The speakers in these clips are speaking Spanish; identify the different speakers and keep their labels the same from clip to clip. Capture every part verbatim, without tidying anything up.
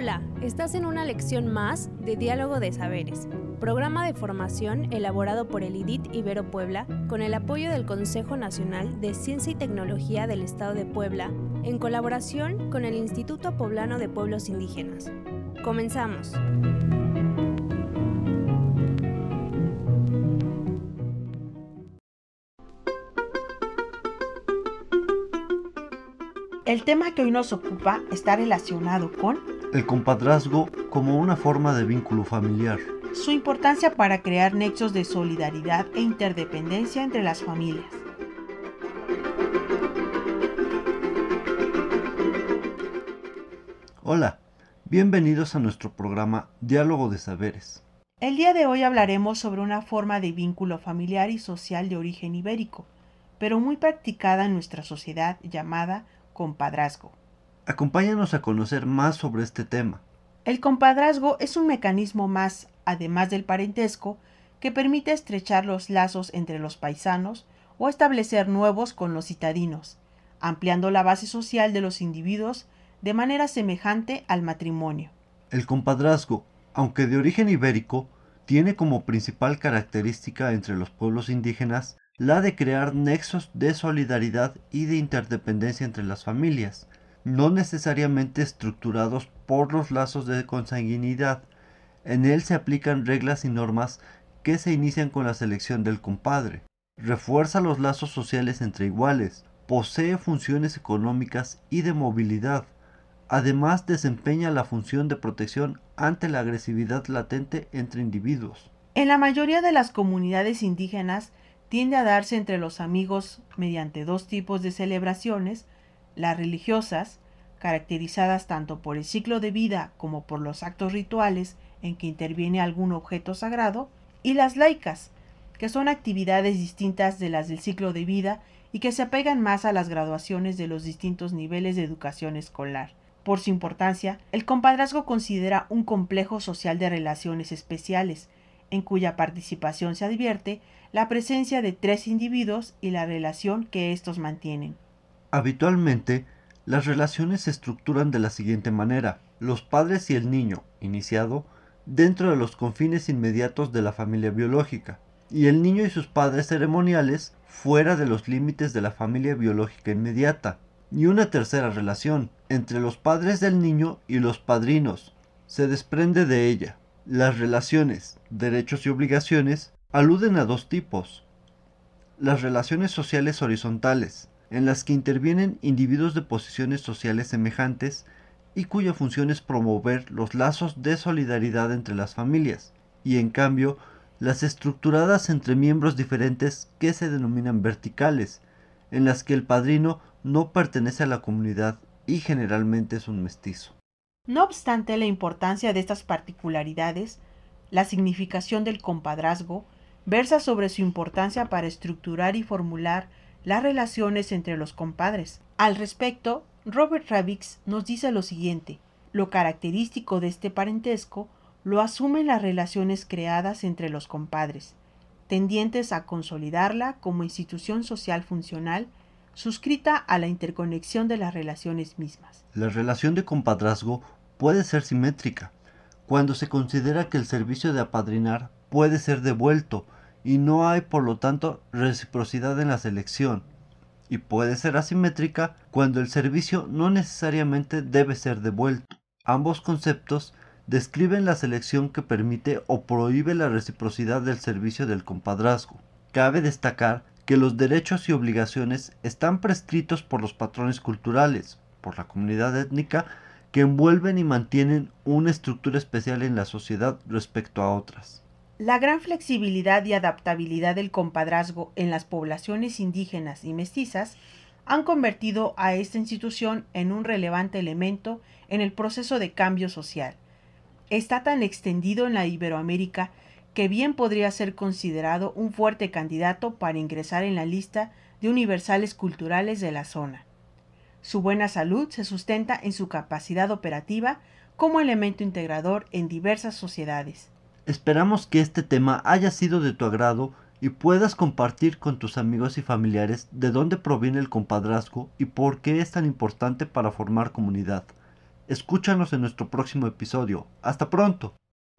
Speaker 1: Hola, estás en una lección más de Diálogo de Saberes, programa de formación elaborado por el I D I T Ibero Puebla con el apoyo del Consejo Nacional de Ciencia y Tecnología del Estado de Puebla en colaboración con el Instituto Poblano de Pueblos Indígenas. Comenzamos.
Speaker 2: El tema que hoy nos ocupa está relacionado con
Speaker 3: el compadrazgo como una forma de vínculo familiar,
Speaker 2: su importancia para crear nexos de solidaridad e interdependencia entre las familias.
Speaker 3: Hola, bienvenidos a nuestro programa Diálogo de Saberes.
Speaker 2: El día de hoy hablaremos sobre una forma de vínculo familiar y social de origen ibérico, pero muy practicada en nuestra sociedad llamada compadrazgo.
Speaker 3: Acompáñanos a conocer más sobre este tema.
Speaker 2: El compadrazgo es un mecanismo más, además del parentesco, que permite estrechar los lazos entre los paisanos o establecer nuevos con los citadinos, ampliando la base social de los individuos de manera semejante al matrimonio.
Speaker 3: El compadrazgo, aunque de origen ibérico, tiene como principal característica entre los pueblos indígenas la de crear nexos de solidaridad y de interdependencia entre las familias, no necesariamente estructurados por los lazos de consanguinidad. En él se aplican reglas y normas que se inician con la selección del compadre. Refuerza los lazos sociales entre iguales, posee funciones económicas y de movilidad. Además, desempeña la función de protección ante la agresividad latente entre individuos.
Speaker 2: En la mayoría de las comunidades indígenas tiende a darse entre los amigos mediante dos tipos de celebraciones: las religiosas, caracterizadas tanto por el ciclo de vida como por los actos rituales en que interviene algún objeto sagrado, y las laicas, que son actividades distintas de las del ciclo de vida y que se apegan más a las graduaciones de los distintos niveles de educación escolar. Por su importancia, el compadrazgo considera un complejo social de relaciones especiales, en cuya participación se advierte la presencia de tres individuos y la relación que éstos mantienen.
Speaker 3: Habitualmente, las relaciones se estructuran de la siguiente manera: los padres y el niño, iniciado, dentro de los confines inmediatos de la familia biológica, y el niño y sus padres ceremoniales fuera de los límites de la familia biológica inmediata, y una tercera relación, entre los padres del niño y los padrinos, se desprende de ella. Las relaciones, derechos y obligaciones aluden a dos tipos: las relaciones sociales horizontales, en las que intervienen individuos de posiciones sociales semejantes y cuya función es promover los lazos de solidaridad entre las familias, y en cambio las estructuradas entre miembros diferentes que se denominan verticales, en las que el padrino no pertenece a la comunidad y generalmente es un mestizo.
Speaker 2: No obstante la importancia de estas particularidades, la significación del compadrazgo versa sobre su importancia para estructurar y formular las relaciones entre los compadres. Al respecto, Robert Ravix nos dice lo siguiente: lo característico de este parentesco lo asumen las relaciones creadas entre los compadres, tendientes a consolidarla como institución social funcional, suscrita a la interconexión de las relaciones mismas.
Speaker 3: La relación de compadrazgo puede ser simétrica, cuando se considera que el servicio de apadrinar puede ser devuelto y no hay por lo tanto reciprocidad en la selección, y puede ser asimétrica cuando el servicio no necesariamente debe ser devuelto. Ambos conceptos describen la selección que permite o prohíbe la reciprocidad del servicio del compadrazgo. Cabe destacar que los derechos y obligaciones están prescritos por los patrones culturales, por la comunidad étnica, que envuelven y mantienen una estructura especial en la sociedad respecto a otras.
Speaker 2: La gran flexibilidad y adaptabilidad del compadrazgo en las poblaciones indígenas y mestizas han convertido a esta institución en un relevante elemento en el proceso de cambio social. Está tan extendido en la Iberoamérica que bien podría ser considerado un fuerte candidato para ingresar en la lista de universales culturales de la zona. Su buena salud se sustenta en su capacidad operativa como elemento integrador en diversas sociedades.
Speaker 3: Esperamos que este tema haya sido de tu agrado y puedas compartir con tus amigos y familiares de dónde proviene el compadrazgo y por qué es tan importante para formar comunidad. Escúchanos en nuestro próximo episodio. ¡Hasta pronto!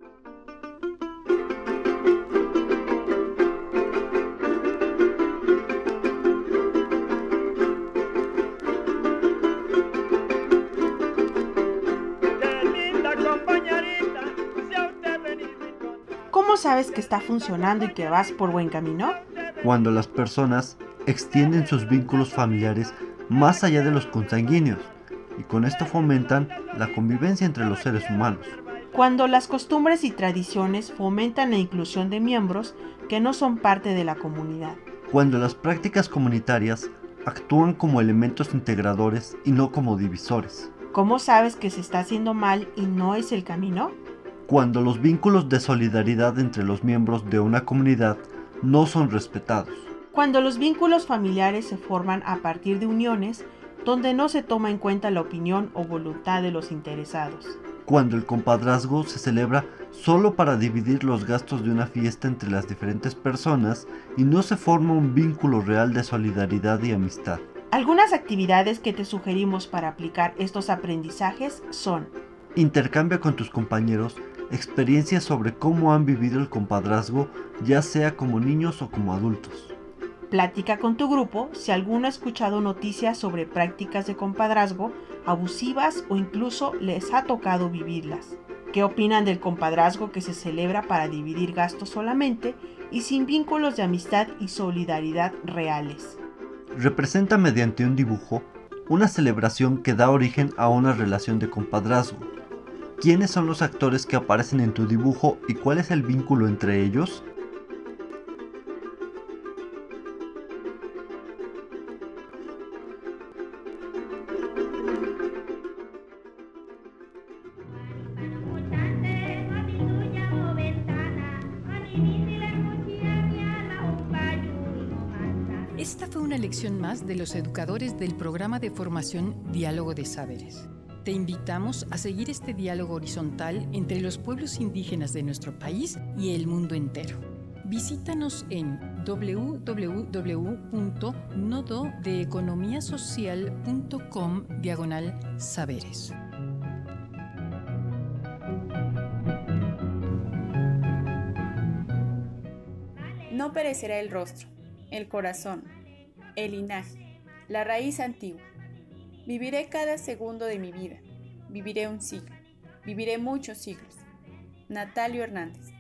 Speaker 2: ¿Cómo sabes que está funcionando y que vas por buen camino?
Speaker 3: Cuando las personas extienden sus vínculos familiares más allá de los consanguíneos y con esto fomentan la convivencia entre los seres humanos.
Speaker 2: Cuando las costumbres y tradiciones fomentan la inclusión de miembros que no son parte de la comunidad.
Speaker 3: Cuando las prácticas comunitarias actúan como elementos integradores y no como divisores.
Speaker 2: ¿Cómo sabes que se está haciendo mal y no es el camino?
Speaker 3: Cuando los vínculos de solidaridad entre los miembros de una comunidad no son respetados.
Speaker 2: Cuando los vínculos familiares se forman a partir de uniones donde no se toma en cuenta la opinión o voluntad de los interesados.
Speaker 3: Cuando el compadrazgo se celebra solo para dividir los gastos de una fiesta entre las diferentes personas y no se forma un vínculo real de solidaridad y amistad.
Speaker 2: Algunas actividades que te sugerimos para aplicar estos aprendizajes son:
Speaker 3: intercambia con tus compañeros experiencias sobre cómo han vivido el compadrazgo, ya sea como niños o como adultos.
Speaker 2: Platica con tu grupo si alguno ha escuchado noticias sobre prácticas de compadrazgo abusivas o incluso les ha tocado vivirlas. ¿Qué opinan del compadrazgo que se celebra para dividir gastos solamente y sin vínculos de amistad y solidaridad reales?
Speaker 3: Representa mediante un dibujo una celebración que da origen a una relación de compadrazgo. ¿Quiénes son los actores que aparecen en tu dibujo y cuál es el vínculo entre ellos?
Speaker 4: Esta fue una lección más de los educadores del programa de formación Diálogo de Saberes. Te invitamos a seguir este diálogo horizontal entre los pueblos indígenas de nuestro país y el mundo entero. Visítanos en doble u doble u doble u punto nodo de economía social punto com diagonal saberes.
Speaker 5: No perecerá el rostro, el corazón, el linaje, la raíz antigua. Viviré cada segundo de mi vida. Viviré un siglo. Viviré muchos siglos. Natalio Hernández.